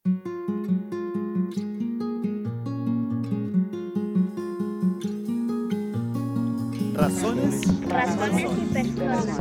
Razones y personas.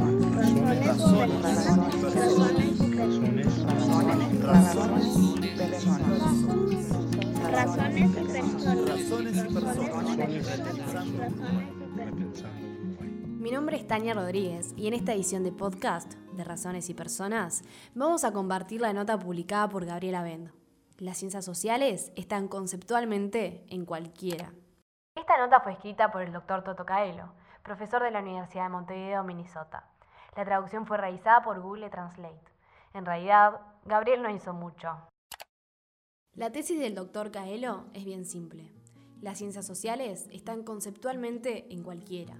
Mi nombre es Tania Rodríguez y en esta edición de podcast de Razones y Personas vamos a compartir la nota publicada por Gabriela Bend. Las ciencias sociales están conceptualmente en cualquiera. Esta nota fue escrita por el Dr. Toto Caelo, profesor de la Universidad de Montevideo, Minnesota. La traducción fue realizada por Google Translate. En realidad, Gabriel no hizo mucho. La tesis del Dr. Caelo es bien simple. Las ciencias sociales están conceptualmente en cualquiera.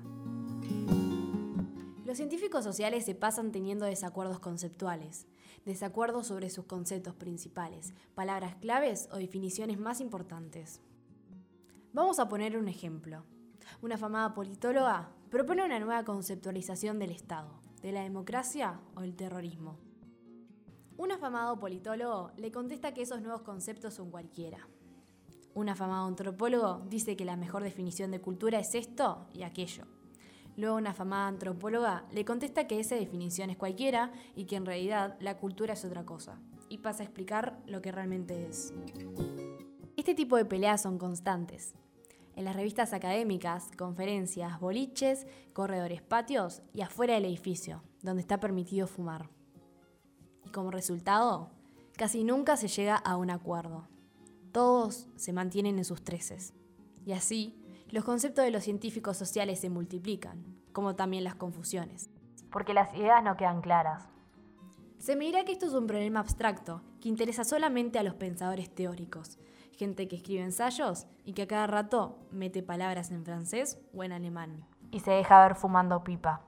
Los científicos sociales se pasan teniendo desacuerdos conceptuales, desacuerdos sobre sus conceptos principales, palabras claves o definiciones más importantes. Vamos a poner un ejemplo. Una afamada politóloga propone una nueva conceptualización del Estado, de la democracia o el terrorismo. Un afamado politólogo le contesta que esos nuevos conceptos son cualquiera. Un afamado antropólogo dice que la mejor definición de cultura es esto y aquello. Luego una afamada antropóloga le contesta que esa definición es cualquiera y que en realidad la cultura es otra cosa, y pasa a explicar lo que realmente es. Este tipo de peleas son constantes. En las revistas académicas, conferencias, boliches, corredores, patios y afuera del edificio, donde está permitido fumar. Y como resultado, casi nunca se llega a un acuerdo. Todos se mantienen en sus treces. Y así, los conceptos de los científicos sociales se multiplican, como también las confusiones. Porque las ideas no quedan claras. Se me dirá que esto es un problema abstracto, que interesa solamente a los pensadores teóricos. Gente que escribe ensayos y que a cada rato mete palabras en francés o en alemán. Y se deja ver fumando pipa.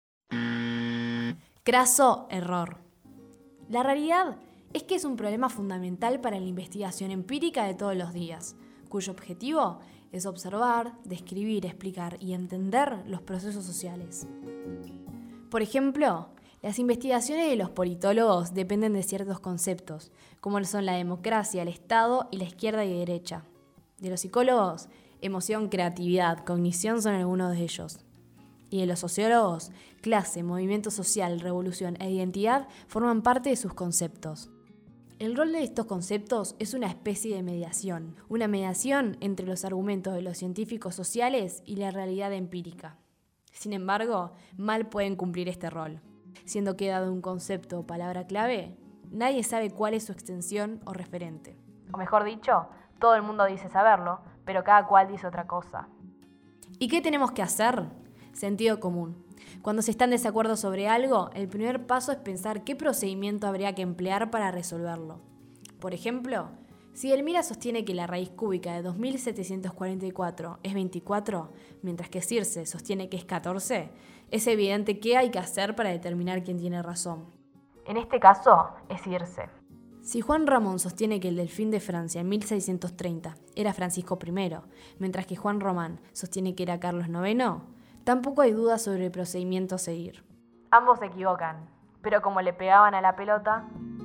Craso error. La realidad es que es un problema fundamental para la investigación empírica de todos los días, cuyo objetivo es observar, describir, explicar y entender los procesos sociales. Por ejemplo, las investigaciones de los politólogos dependen de ciertos conceptos, como son la democracia, el Estado y la izquierda y derecha. De los psicólogos, emoción, creatividad, cognición son algunos de ellos. Y de los sociólogos, clase, movimiento social, revolución e identidad forman parte de sus conceptos. El rol de estos conceptos es una especie de mediación, una mediación entre los argumentos de los científicos sociales y la realidad empírica. Sin embargo, mal pueden cumplir este rol, siendo que dado un concepto o palabra clave, nadie sabe cuál es su extensión o referente. O mejor dicho, todo el mundo dice saberlo, pero cada cual dice otra cosa. ¿Y qué tenemos que hacer? Sentido común. Cuando se está en desacuerdo sobre algo, el primer paso es pensar qué procedimiento habría que emplear para resolverlo. Por ejemplo, si Elmira sostiene que la raíz cúbica de 2744 es 24, mientras que Circe sostiene que es 14, es evidente qué hay que hacer para determinar quién tiene razón. En este caso, es Circe. Si Juan Ramón sostiene que el delfín de Francia en 1630 era Francisco I, mientras que Juan Román sostiene que era Carlos IX, tampoco hay duda sobre el procedimiento a seguir. Ambos se equivocan, pero como le pegaban a la pelota...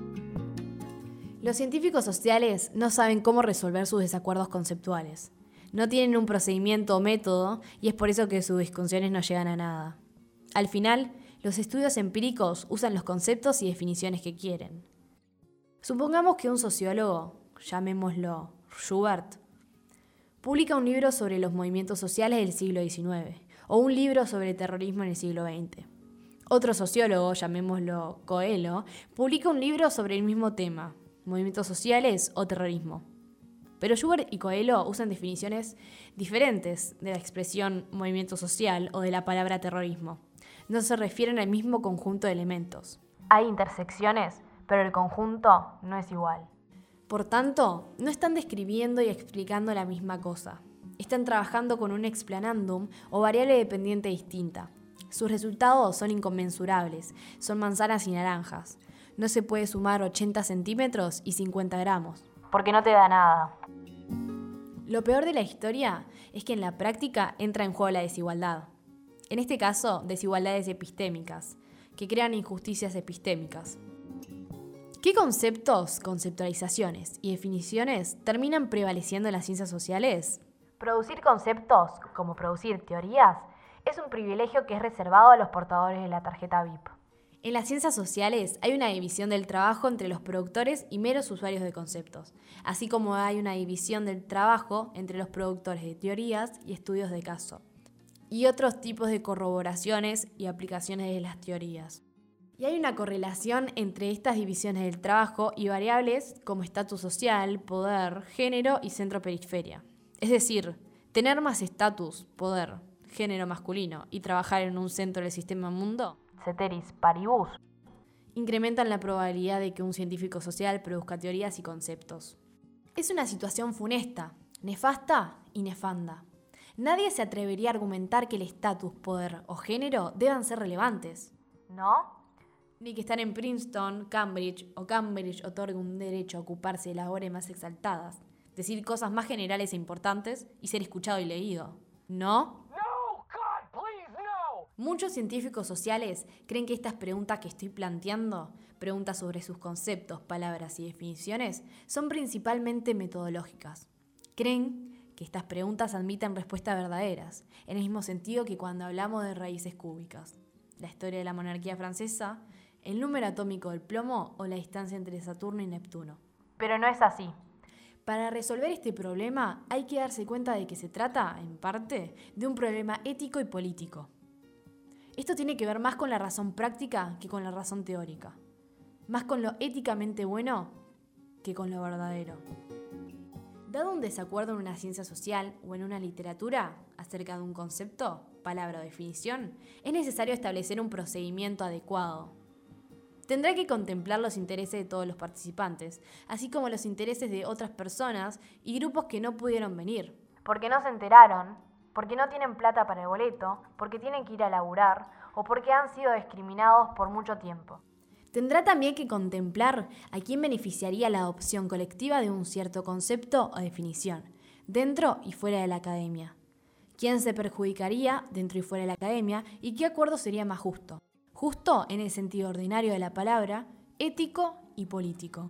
Los científicos sociales no saben cómo resolver sus desacuerdos conceptuales. No tienen un procedimiento o método y es por eso que sus discusiones no llegan a nada. Al final, los estudios empíricos usan los conceptos y definiciones que quieren. Supongamos que un sociólogo, llamémoslo Schubert, publica un libro sobre los movimientos sociales del siglo XIX o un libro sobre terrorismo en el siglo XX. Otro sociólogo, llamémoslo Coelho, publica un libro sobre el mismo tema, movimientos sociales o terrorismo. Pero Schubert y Coelho usan definiciones diferentes de la expresión movimiento social o de la palabra terrorismo. No se refieren al mismo conjunto de elementos. Hay intersecciones, pero el conjunto no es igual. Por tanto, no están describiendo y explicando la misma cosa. Están trabajando con un explanandum o variable dependiente distinta. Sus resultados son inconmensurables, son manzanas y naranjas. No se puede sumar 80 centímetros y 50 gramos, porque no te da nada. Lo peor de la historia es que en la práctica entra en juego la desigualdad. En este caso, desigualdades epistémicas, que crean injusticias epistémicas. ¿Qué conceptos, conceptualizaciones y definiciones terminan prevaleciendo en las ciencias sociales? Producir conceptos, como producir teorías, es un privilegio que es reservado a los portadores de la tarjeta VIP. En las ciencias sociales hay una división del trabajo entre los productores y meros usuarios de conceptos, así como hay una división del trabajo entre los productores de teorías y estudios de caso, y otros tipos de corroboraciones y aplicaciones de las teorías. Y hay una correlación entre estas divisiones del trabajo y variables como estatus social, poder, género y centro-periferia. Es decir, tener más estatus, poder, género masculino y trabajar en un centro del sistema mundo, ceteris paribus, incrementan la probabilidad de que un científico social produzca teorías y conceptos. Es una situación funesta, nefasta y nefanda. Nadie se atrevería a argumentar que el estatus, poder o género deban ser relevantes, ¿no? Ni que estar en Princeton, Cambridge otorgue un derecho a ocuparse de las labores más exaltadas, decir cosas más generales e importantes y ser escuchado y leído, ¿no? No, God, please, no. Muchos científicos sociales creen que estas preguntas que estoy planteando, preguntas sobre sus conceptos, palabras y definiciones, son principalmente metodológicas. Creen que estas preguntas admiten respuestas verdaderas, en el mismo sentido que cuando hablamos de raíces cúbicas, la historia de la monarquía francesa, el número atómico del plomo o la distancia entre Saturno y Neptuno. Pero no es así. Para resolver este problema hay que darse cuenta de que se trata, en parte, de un problema ético y político. Esto tiene que ver más con la razón práctica que con la razón teórica. Más con lo éticamente bueno que con lo verdadero. Dado un desacuerdo en una ciencia social o en una literatura acerca de un concepto, palabra o definición, es necesario establecer un procedimiento adecuado. Tendrá que contemplar los intereses de todos los participantes, así como los intereses de otras personas y grupos que no pudieron venir. Porque no se enteraron, porque no tienen plata para el boleto, porque tienen que ir a laburar o porque han sido discriminados por mucho tiempo. Tendrá también que contemplar a quién beneficiaría la adopción colectiva de un cierto concepto o definición, dentro y fuera de la academia. ¿Quién se perjudicaría dentro y fuera de la academia y qué acuerdo sería más justo? Justo en el sentido ordinario de la palabra, ético y político.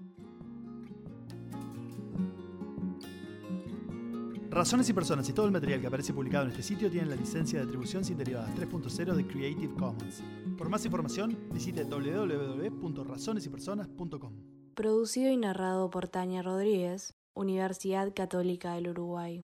Razones y Personas y todo el material que aparece publicado en este sitio tienen la licencia de atribución sin derivadas 3.0 de Creative Commons. Por más información, visite www.razonesypersonas.com. Producido y narrado por Tania Rodríguez, Universidad Católica del Uruguay.